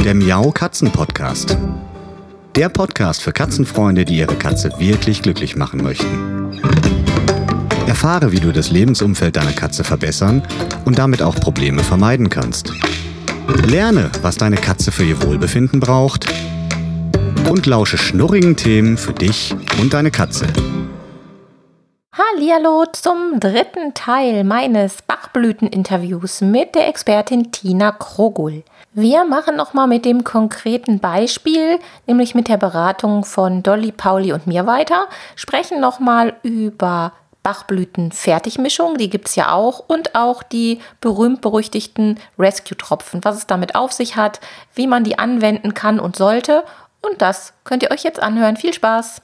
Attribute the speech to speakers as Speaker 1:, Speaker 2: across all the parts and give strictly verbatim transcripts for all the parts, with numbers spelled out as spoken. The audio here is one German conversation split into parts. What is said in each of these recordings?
Speaker 1: der Miau Katzen Podcast. Der Podcast für Katzenfreunde, die ihre Katze wirklich glücklich machen möchten. Erfahre, wie du das Lebensumfeld deiner Katze verbessern und damit auch Probleme vermeiden kannst. Lerne, was deine Katze für ihr Wohlbefinden braucht und lausche schnurrigen Themen für dich und deine Katze.
Speaker 2: Hallihallo zum dritten Teil meines Bachblüten-Interviews mit der Expertin Tina Krogul. Wir machen nochmal mit dem konkreten Beispiel, nämlich mit der Beratung von Dolly, Pauli und mir weiter, sprechen nochmal über Bachblüten-Fertigmischung, die gibt es ja auch, und auch die berühmt-berüchtigten Rescue-Tropfen, was es damit auf sich hat, wie man die anwenden kann und sollte. Und das könnt ihr euch jetzt anhören. Viel Spaß!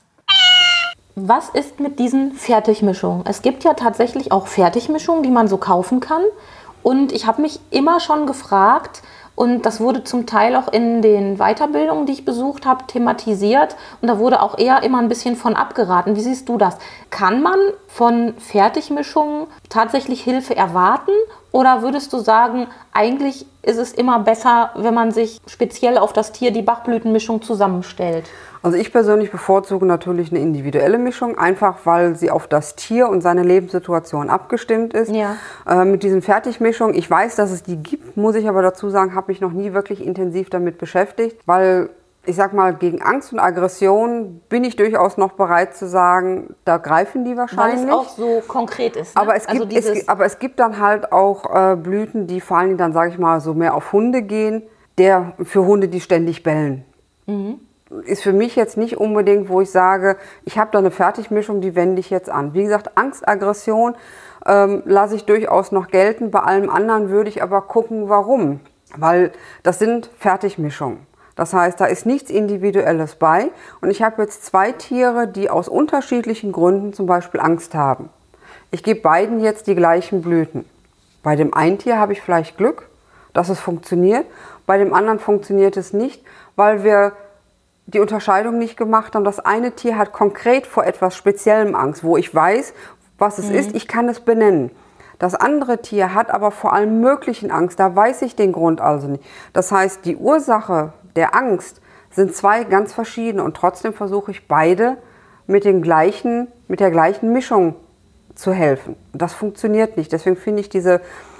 Speaker 2: Was ist mit diesen Fertigmischungen? Es gibt ja tatsächlich auch Fertigmischungen, die man so kaufen kann. Und ich habe mich immer schon gefragt, und das wurde zum Teil auch in den Weiterbildungen, die ich besucht habe, thematisiert. Und da wurde auch eher immer ein bisschen von abgeraten. Wie siehst du das? Kann man von Fertigmischungen tatsächlich Hilfe erwarten? Oder würdest du sagen, eigentlich ist es immer besser, wenn man sich speziell auf das Tier die Bachblütenmischung zusammenstellt?
Speaker 3: Also ich persönlich bevorzuge natürlich eine individuelle Mischung, einfach weil sie auf das Tier und seine Lebenssituation abgestimmt ist.
Speaker 2: Ja.
Speaker 3: Äh, mit diesen Fertigmischungen, ich weiß, dass es die gibt, muss ich aber dazu sagen, habe mich noch nie wirklich intensiv damit beschäftigt, weil ich sag mal, gegen Angst und Aggression bin ich durchaus noch bereit zu sagen, da greifen die wahrscheinlich.
Speaker 2: Weil es auch so konkret ist. Ne?
Speaker 3: Aber, es
Speaker 2: also
Speaker 3: gibt, es, aber es gibt dann halt auch äh, Blüten, die vor allen Dingen dann, sage ich mal, so mehr auf Hunde gehen, der für Hunde, die ständig bellen.
Speaker 2: Mhm.
Speaker 3: Ist für mich jetzt nicht unbedingt, wo ich sage, ich habe da eine Fertigmischung, die wende ich jetzt an. Wie gesagt, Angst, Aggression ähm, lasse ich durchaus noch gelten. Bei allem anderen würde ich aber gucken, warum. Weil das sind Fertigmischungen. Das heißt, da ist nichts Individuelles bei. Und ich habe jetzt zwei Tiere, die aus unterschiedlichen Gründen zum Beispiel Angst haben. Ich gebe beiden jetzt die gleichen Blüten. Bei dem einen Tier habe ich vielleicht Glück, dass es funktioniert. Bei dem anderen funktioniert es nicht, weil wir die Unterscheidung nicht gemacht haben. Das eine Tier hat konkret vor etwas Speziellem Angst, wo ich weiß, was es mhm. ist, ich kann es benennen. Das andere Tier hat aber vor allem möglichen Angst, da weiß ich den Grund also nicht. Das heißt, die Ursache der Angst sind zwei ganz verschiedene und trotzdem versuche ich beide mit, den gleichen, mit der gleichen Mischung zu helfen. Und das funktioniert nicht. Deswegen finde ich diese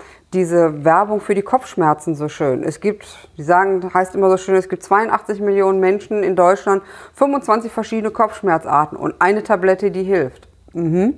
Speaker 3: diese Werbung für die Kopfschmerzen so schön. Es gibt, die sagen, heißt immer so schön, es gibt zweiundachtzig Millionen Menschen in Deutschland, fünfundzwanzig verschiedene Kopfschmerzarten und eine Tablette, die hilft. Mhm.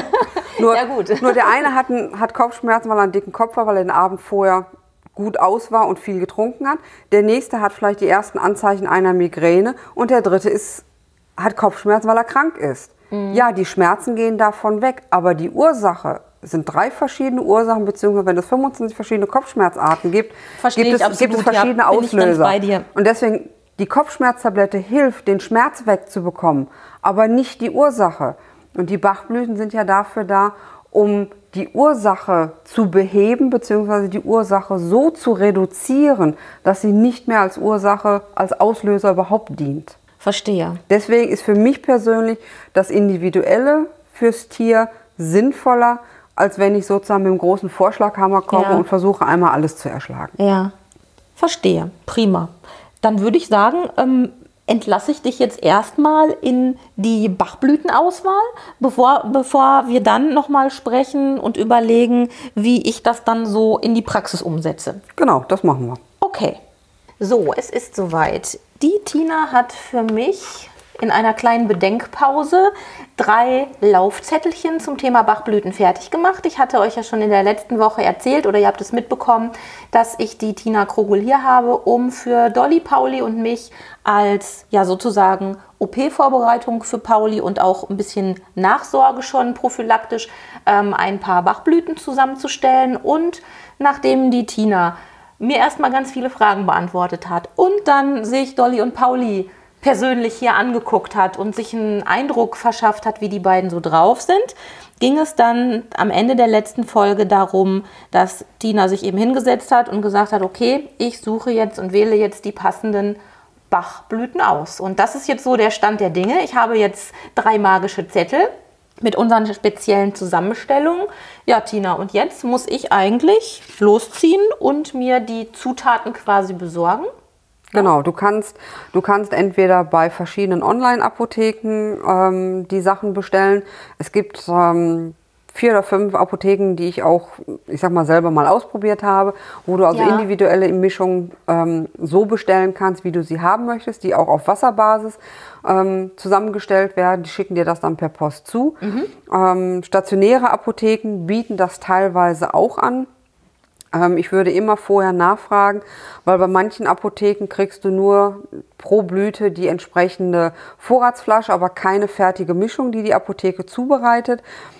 Speaker 3: nur,
Speaker 2: ja, gut.
Speaker 3: nur der eine hat, einen, hat Kopfschmerzen, weil er einen dicken Kopf hat, weil er den Abend vorher gut aus war und viel getrunken hat. Der nächste hat vielleicht die ersten Anzeichen einer Migräne und der dritte ist, hat Kopfschmerzen, weil er krank ist. Mhm. Ja, die Schmerzen gehen davon weg, aber die Ursache sind drei verschiedene Ursachen, beziehungsweise wenn es fünfundzwanzig verschiedene Kopfschmerzarten gibt, gibt es, absolut, gibt es verschiedene ja, Auslöser. Bei dir. Und deswegen, die Kopfschmerztablette hilft, den Schmerz wegzubekommen, aber nicht die Ursache. Und die Bachblüten sind ja dafür da, um die Ursache zu beheben, beziehungsweise die Ursache so zu reduzieren, dass sie nicht mehr als Ursache, als Auslöser überhaupt dient.
Speaker 2: Verstehe.
Speaker 3: Deswegen ist für mich persönlich das Individuelle fürs Tier sinnvoller, als wenn ich sozusagen mit dem großen Vorschlaghammer komme ja. und versuche, einmal alles zu erschlagen.
Speaker 2: Ja, verstehe. Prima. Dann würde ich sagen, ähm, entlasse ich dich jetzt erstmal in die Bachblütenauswahl, bevor, bevor wir dann nochmal sprechen und überlegen, wie ich das dann so in die Praxis umsetze.
Speaker 3: Genau, das machen wir.
Speaker 2: Okay. So, es ist soweit. Die Tina hat für mich in einer kleinen Bedenkpause drei Laufzettelchen zum Thema Bachblüten fertig gemacht. Ich hatte euch ja schon in der letzten Woche erzählt oder ihr habt es mitbekommen, dass ich die Tina Krogul hier habe, um für Dolly, Pauli und mich als ja sozusagen O P-Vorbereitung für Pauli und auch ein bisschen Nachsorge schon prophylaktisch ähm, ein paar Bachblüten zusammenzustellen. Und nachdem die Tina mir erstmal ganz viele Fragen beantwortet hat und dann sich Dolly und Pauli persönlich hier angeguckt hat und sich einen Eindruck verschafft hat, wie die beiden so drauf sind, ging es dann am Ende der letzten Folge darum, dass Tina sich eben hingesetzt hat und gesagt hat, okay, ich suche jetzt und wähle jetzt die passenden Bachblüten aus. Und das ist jetzt so der Stand der Dinge. Ich habe jetzt drei magische Zettel mit unseren speziellen Zusammenstellungen. Ja, Tina, und jetzt muss ich eigentlich losziehen und mir die Zutaten quasi besorgen.
Speaker 3: Genau, du kannst, du kannst entweder bei verschiedenen Online-Apotheken ähm, die Sachen bestellen. Es gibt ähm, vier oder fünf Apotheken, die ich auch, ich sag mal, selber mal ausprobiert habe, wo du also
Speaker 2: Ja.
Speaker 3: individuelle Mischungen ähm, so bestellen kannst, wie du sie haben möchtest, die auch auf Wasserbasis ähm, zusammengestellt werden. Die schicken dir das dann per Post zu. Mhm. Ähm, stationäre Apotheken bieten das teilweise auch an. Ähm, ich würde immer vorher nachfragen, weil bei manchen Apotheken kriegst du nur pro Blüte die entsprechende Vorratsflasche, aber keine fertige Mischung, die die Apotheke zubereitet.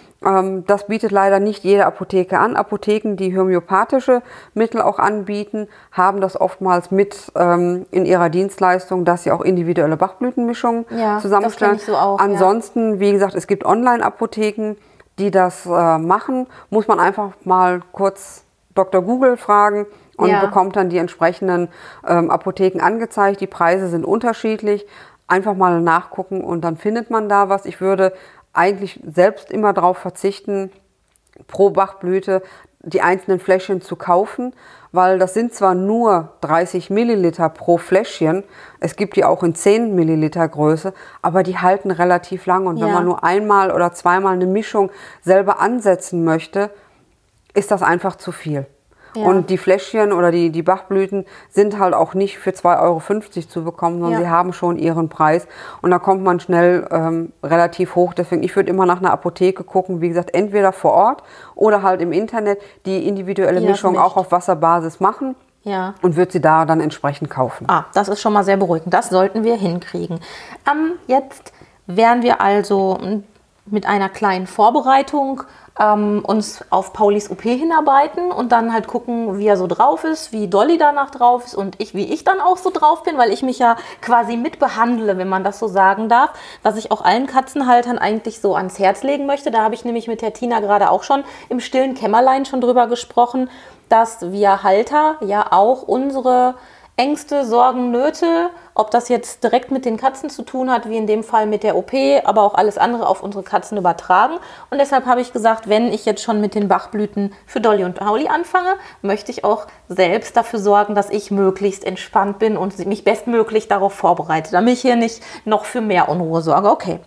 Speaker 3: Das bietet leider nicht jede Apotheke an. Apotheken, die homöopathische Mittel auch anbieten, haben das oftmals mit ähm, in ihrer Dienstleistung, dass sie auch individuelle Bachblütenmischungen
Speaker 2: Ja,
Speaker 3: zusammenstellen.
Speaker 2: das kenn ich so auch,
Speaker 3: Ansonsten, ja. Wie gesagt, es gibt Online-Apotheken, die das äh, machen. Muss man einfach mal kurz Doktor Google fragen und
Speaker 2: ja.
Speaker 3: bekommt dann die entsprechenden ähm, Apotheken angezeigt. Die Preise sind unterschiedlich. Einfach mal nachgucken und dann findet man da was. Ich würde eigentlich selbst immer darauf verzichten, pro Bachblüte die einzelnen Fläschchen zu kaufen, weil das sind zwar nur dreißig Milliliter pro Fläschchen, es gibt die auch in zehn Milliliter Größe, aber die halten relativ lang und
Speaker 2: Ja.
Speaker 3: wenn man nur einmal oder zweimal eine Mischung selber ansetzen möchte, ist das einfach zu viel. Ja. Und die Fläschchen oder die, die Bachblüten sind halt auch nicht für zwei Euro fünfzig zu bekommen, sondern
Speaker 2: ja.
Speaker 3: sie haben schon ihren Preis. Und da kommt man schnell ähm, relativ hoch. Deswegen, ich würde immer nach einer Apotheke gucken, wie gesagt, entweder vor Ort oder halt im Internet die individuelle
Speaker 2: Die
Speaker 3: Mischung auch auf Wasserbasis machen.
Speaker 2: Ja.
Speaker 3: Und würde sie da dann entsprechend kaufen.
Speaker 2: Ah, das ist schon mal sehr beruhigend. Das sollten wir hinkriegen. Ähm, jetzt werden wir also mit einer kleinen Vorbereitung ähm, uns auf Paulis O P hinarbeiten und dann halt gucken, wie er so drauf ist, wie Dolly danach drauf ist und ich, wie ich dann auch so drauf bin, weil ich mich ja quasi mitbehandle, wenn man das so sagen darf, was ich auch allen Katzenhaltern eigentlich so ans Herz legen möchte. Da habe ich nämlich mit der Tina gerade auch schon im stillen Kämmerlein schon drüber gesprochen, dass wir Halter ja auch unsere Ängste, Sorgen, Nöte, ob das jetzt direkt mit den Katzen zu tun hat, wie in dem Fall mit der O P, aber auch alles andere auf unsere Katzen übertragen. Und deshalb habe ich gesagt, wenn ich jetzt schon mit den Bachblüten für Dolly und Pauli anfange, möchte ich auch selbst dafür sorgen, dass ich möglichst entspannt bin und mich bestmöglich darauf vorbereite, damit ich hier nicht noch für mehr Unruhe sorge. Okay.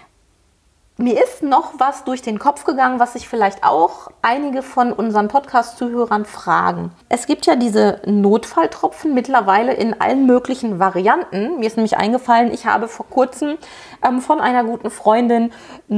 Speaker 2: Mir ist noch was durch den Kopf gegangen, was sich vielleicht auch einige von unseren Podcast-Zuhörern fragen. Es gibt ja diese Notfalltropfen mittlerweile in allen möglichen Varianten. Mir ist nämlich eingefallen, ich habe vor kurzem ähm, von einer guten Freundin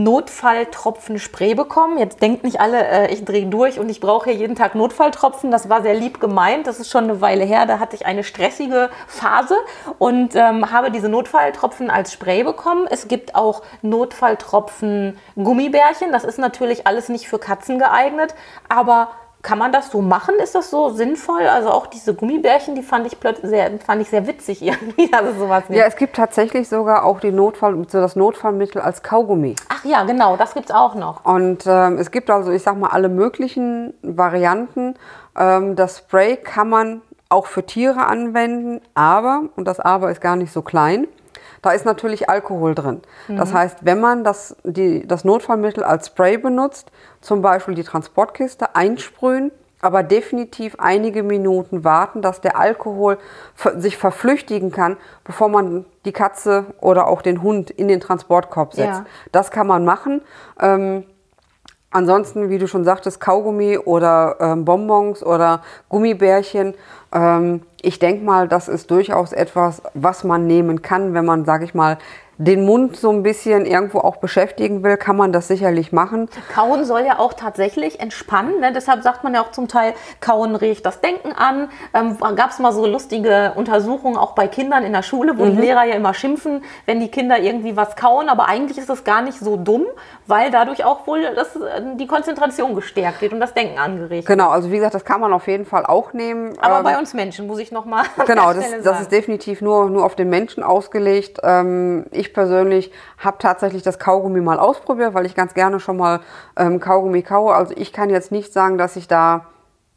Speaker 2: Notfalltropfen-Spray bekommen. Jetzt denkt nicht alle, äh, ich drehe durch und ich brauche hier jeden Tag Notfalltropfen. Das war sehr lieb gemeint. Das ist schon eine Weile her. Da hatte ich eine stressige Phase und ähm, habe diese Notfalltropfen als Spray bekommen. Es gibt auch Notfalltropfen Gummibärchen, das ist natürlich alles nicht für Katzen geeignet, aber kann man das so machen? Ist das so sinnvoll? Also auch diese Gummibärchen, die fand ich plötzlich sehr, fand ich sehr witzig irgendwie. Also sowas
Speaker 3: ja, es gibt tatsächlich sogar auch die Notfall, so das Notfallmittel als Kaugummi.
Speaker 2: Ach ja, genau, das gibt es auch noch.
Speaker 3: Und ähm, es gibt also, ich sag mal, alle möglichen Varianten. Ähm, das Spray kann man auch für Tiere anwenden, aber, und das Aber ist gar nicht so klein, da ist natürlich Alkohol drin. Mhm. Das heißt, wenn man das, die, das Notfallmittel als Spray benutzt, zum Beispiel die Transportkiste, einsprühen, aber definitiv einige Minuten warten, dass der Alkohol sich verflüchtigen kann, bevor man die Katze oder auch den Hund in den Transportkorb setzt. Ja. Das kann man machen. Ähm, Ansonsten, wie du schon sagtest, Kaugummi oder ähm, Bonbons oder Gummibärchen. Ähm, ich denke mal, das ist durchaus etwas, was man nehmen kann, wenn man, sage ich mal, den Mund so ein bisschen irgendwo auch beschäftigen will, kann man das sicherlich machen.
Speaker 2: Kauen soll ja auch tatsächlich entspannen, ne? Deshalb sagt man ja auch zum Teil, Kauen regt das Denken an. Ähm, gab es mal so lustige Untersuchungen auch bei Kindern in der Schule, wo mhm. die Lehrer ja immer schimpfen, wenn die Kinder irgendwie was kauen, aber eigentlich ist das gar nicht so dumm, weil dadurch auch wohl das, die Konzentration gestärkt wird und das Denken angeregt.
Speaker 3: Genau, also wie gesagt, das kann man auf jeden Fall auch nehmen.
Speaker 2: Aber
Speaker 3: ähm,
Speaker 2: bei uns Menschen, muss ich nochmal
Speaker 3: Genau, das, das ist definitiv nur, nur auf den Menschen ausgelegt. Ähm, ich persönlich habe tatsächlich das Kaugummi mal ausprobiert, weil ich ganz gerne schon mal ähm, Kaugummi kaue. Also ich kann jetzt nicht sagen, dass ich da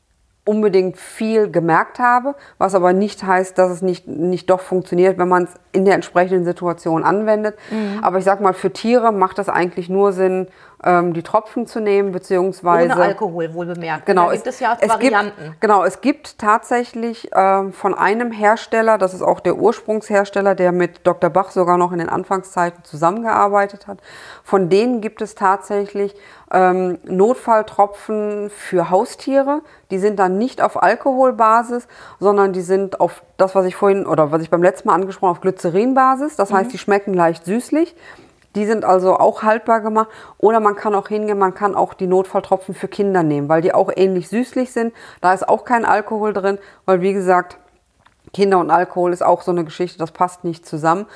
Speaker 3: unbedingt viel gemerkt habe, was aber nicht heißt, dass es nicht, nicht doch funktioniert, wenn man es in der entsprechenden Situation anwendet. Mhm. Aber ich sag mal, für Tiere macht das eigentlich nur Sinn, ähm, die Tropfen zu nehmen, beziehungsweise...
Speaker 2: Ohne Alkohol, wohl bemerkt.
Speaker 3: Genau,
Speaker 2: da gibt
Speaker 3: es,
Speaker 2: es ja
Speaker 3: es
Speaker 2: Varianten.
Speaker 3: Gibt, genau, es gibt tatsächlich ähm, von einem Hersteller, das ist auch der Ursprungshersteller, der mit Doktor Bach sogar noch in den Anfangszeiten zusammengearbeitet hat. Von denen gibt es tatsächlich ähm, Notfalltropfen für Haustiere. Die sind dann nicht auf Alkoholbasis, sondern die sind auf das, was ich vorhin oder was ich beim letzten Mal angesprochen habe, auf Glycerinbasis. Das heißt, die schmecken leicht süßlich. Die sind also auch haltbar gemacht. Oder man kann auch hingehen, man kann auch die Notfalltropfen für Kinder nehmen, weil die auch ähnlich süßlich sind. Da ist auch kein Alkohol drin, weil wie gesagt, Kinder und Alkohol ist auch so eine Geschichte, das passt nicht zusammen.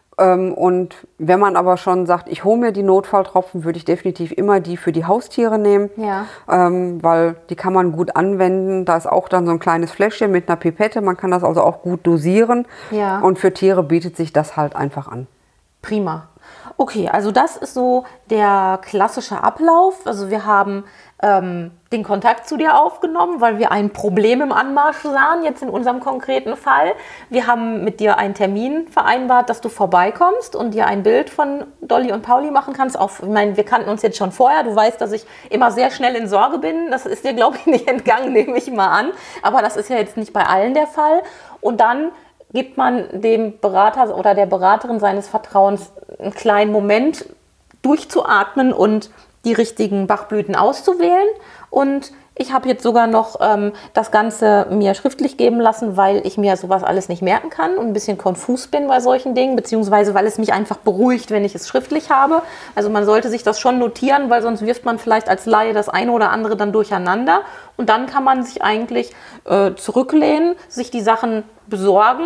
Speaker 3: Und wenn man aber schon sagt, ich hole mir die Notfalltropfen, würde ich definitiv immer die für die Haustiere nehmen,
Speaker 2: ja.
Speaker 3: ähm, weil die kann man gut anwenden. Da ist auch dann so ein kleines Fläschchen mit einer Pipette, man kann das also auch gut dosieren.
Speaker 2: Ja.
Speaker 3: Und für Tiere bietet sich das halt einfach an.
Speaker 2: Prima. Okay, also das ist so der klassische Ablauf. Also wir haben ähm, den Kontakt zu dir aufgenommen, weil wir ein Problem im Anmarsch sahen, jetzt in unserem konkreten Fall. Wir haben mit dir einen Termin vereinbart, dass du vorbeikommst und dir ein Bild von Dolly und Pauli machen kannst. Auch, ich meine, wir kannten uns jetzt schon vorher. Du weißt, dass ich immer sehr schnell in Sorge bin. Das ist dir, glaube ich, nicht entgangen, nehme ich mal an. Aber das ist ja jetzt nicht bei allen der Fall. Und dann gibt man dem Berater oder der Beraterin seines Vertrauens einen kleinen Moment durchzuatmen und die richtigen Bachblüten auszuwählen. Und ich habe jetzt sogar noch ähm, das Ganze mir schriftlich geben lassen, weil ich mir sowas alles nicht merken kann und ein bisschen konfus bin bei solchen Dingen, beziehungsweise weil es mich einfach beruhigt, wenn ich es schriftlich habe. Also man sollte sich das schon notieren, weil sonst wirft man vielleicht als Laie das eine oder andere dann durcheinander. Und dann kann man sich eigentlich äh, zurücklehnen, sich die Sachen besorgen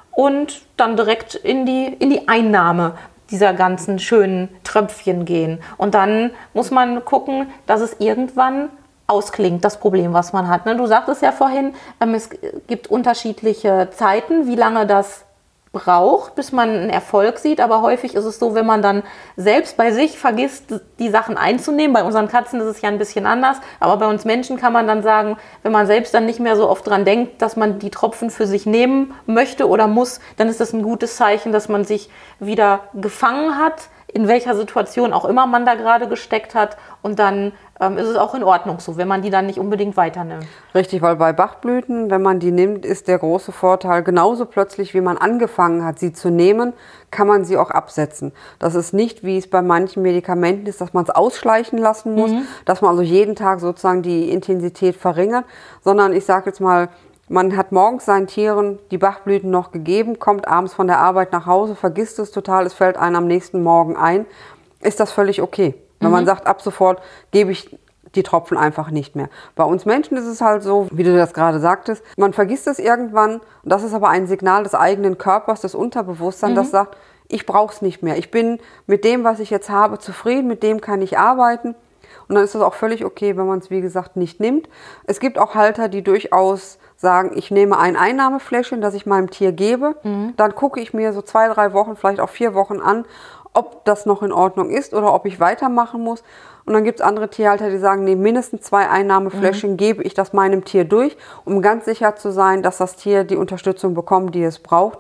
Speaker 2: und dann direkt in die, in die Einnahme dieser ganzen schönen Tröpfchen gehen. Und dann muss man gucken, dass es irgendwann ausklingt, das Problem, was man hat. Du sagtest ja vorhin, es gibt unterschiedliche Zeiten, wie lange das braucht, bis man einen Erfolg sieht. Aber häufig ist es so, wenn man dann selbst bei sich vergisst, die Sachen einzunehmen. Bei unseren Katzen ist es ja ein bisschen anders. Aber bei uns Menschen kann man dann sagen, wenn man selbst dann nicht mehr so oft dran denkt, dass man die Tropfen für sich nehmen möchte oder muss, dann ist das ein gutes Zeichen, dass man sich wieder gefangen hat, in welcher Situation auch immer man da gerade gesteckt hat. Und dann ähm, ist es auch in Ordnung so, wenn man die dann nicht unbedingt weiternimmt.
Speaker 3: Richtig, weil bei Bachblüten, wenn man die nimmt, ist der große Vorteil, genauso plötzlich, wie man angefangen hat, sie zu nehmen, kann man sie auch absetzen. Das ist nicht, wie es bei manchen Medikamenten ist, dass man es ausschleichen lassen muss, mhm. dass man also jeden Tag sozusagen die Intensität verringert, sondern ich sage jetzt mal, man hat morgens seinen Tieren die Bachblüten noch gegeben, kommt abends von der Arbeit nach Hause, vergisst es total, es fällt einem am nächsten Morgen ein. Ist das völlig okay? Wenn mhm. man sagt, ab sofort gebe ich die Tropfen einfach nicht mehr. Bei uns Menschen ist es halt so, wie du das gerade sagtest, man vergisst es irgendwann. Das ist aber ein Signal des eigenen Körpers, des Unterbewusstseins, mhm. das sagt, ich brauche es nicht mehr. Ich bin mit dem, was ich jetzt habe, zufrieden, mit dem kann ich arbeiten. Und dann ist es auch völlig okay, wenn man es, wie gesagt, nicht nimmt. Es gibt auch Halter, die durchaus sagen, ich nehme ein Einnahmefläschchen, das ich meinem Tier gebe. Mhm. Dann gucke ich mir so zwei, drei Wochen, vielleicht auch vier Wochen an, ob das noch in Ordnung ist oder ob ich weitermachen muss. Und dann gibt es andere Tierhalter, die sagen, nee, mindestens zwei Einnahmefläschchen mhm. gebe ich das meinem Tier durch, um ganz sicher zu sein, dass das Tier die Unterstützung bekommt, die es braucht.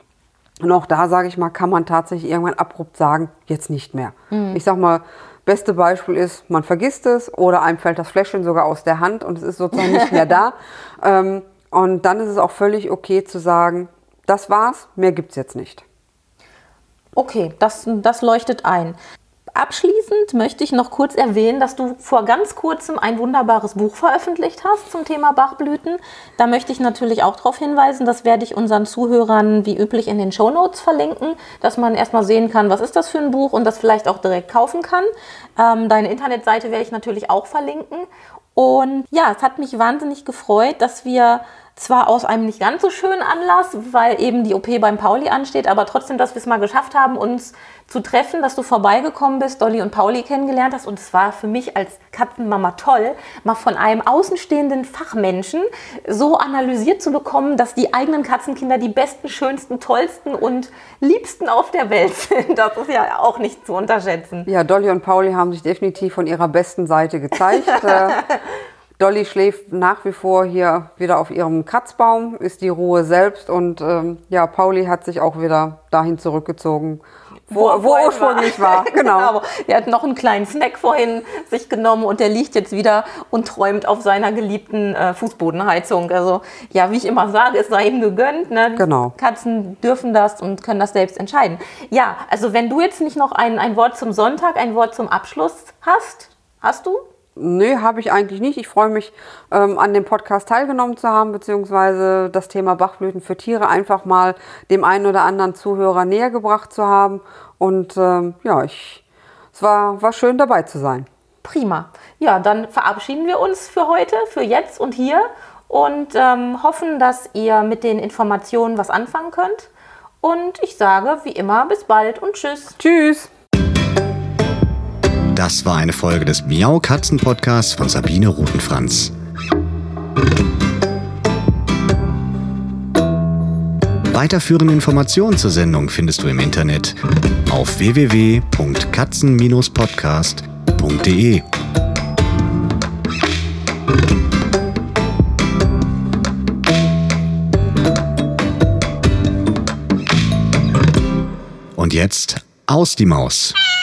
Speaker 3: Und auch da, sage ich mal, kann man tatsächlich irgendwann abrupt sagen, jetzt nicht mehr. Mhm. Ich sag mal, beste Beispiel ist, man vergisst es oder einem fällt das Fläschchen sogar aus der Hand und es ist sozusagen nicht mehr da. Ähm, und dann ist es auch völlig okay zu sagen, das war's, mehr gibt's jetzt nicht.
Speaker 2: Okay, das, das leuchtet ein. Abschließend möchte ich noch kurz erwähnen, dass du vor ganz kurzem ein wunderbares Buch veröffentlicht hast zum Thema Bachblüten. Da möchte ich natürlich auch darauf hinweisen, das werde ich unseren Zuhörern wie üblich in den Shownotes verlinken, dass man erstmal sehen kann, was ist das für ein Buch und das vielleicht auch direkt kaufen kann. Ähm, deine Internetseite werde ich natürlich auch verlinken. Und ja, es hat mich wahnsinnig gefreut, dass wir zwar aus einem nicht ganz so schönen Anlass, weil eben die O P beim Pauli ansteht, aber trotzdem, dass wir es mal geschafft haben, uns zu treffen, dass du vorbeigekommen bist, Dolly und Pauli kennengelernt hast. Und es war für mich als Katzenmama toll, mal von einem außenstehenden Fachmenschen so analysiert zu bekommen, dass die eigenen Katzenkinder die besten, schönsten, tollsten und liebsten auf der Welt sind. Das ist ja auch nicht zu unterschätzen.
Speaker 3: Ja, Dolly und Pauli haben sich definitiv von ihrer besten Seite gezeigt. Dolly schläft nach wie vor hier wieder auf ihrem Kratzbaum, ist die Ruhe selbst und ähm, ja, Pauli hat sich auch wieder dahin zurückgezogen, wo, wo, wo ursprünglich war. war. Genau.
Speaker 2: genau. Er hat noch einen kleinen Snack vorhin sich genommen und der liegt jetzt wieder und träumt auf seiner geliebten äh, Fußbodenheizung. Also ja, wie ich immer sage, es sei ihm gegönnt. Ne?
Speaker 3: Genau.
Speaker 2: Katzen dürfen das und können das selbst entscheiden. Ja, also wenn du jetzt nicht noch ein, ein Wort zum Sonntag, ein Wort zum Abschluss hast, hast du?
Speaker 3: Nee, habe ich eigentlich nicht. Ich freue mich, ähm, an dem Podcast teilgenommen zu haben, beziehungsweise das Thema Bachblüten für Tiere einfach mal dem einen oder anderen Zuhörer näher gebracht zu haben. Und ähm, ja, ich, es war, war schön dabei zu sein.
Speaker 2: Prima. Ja, dann verabschieden wir uns für heute, für jetzt und hier und ähm, hoffen, dass ihr mit den Informationen was anfangen könnt. Und ich sage wie immer bis bald und tschüss.
Speaker 3: Tschüss.
Speaker 1: Das war eine Folge des Miau Katzen Podcasts von Sabine Rutenfranz. Weiterführende Informationen zur Sendung findest du im Internet auf w w w punkt katzen Bindestrich podcast punkt d e. Und jetzt aus die Maus.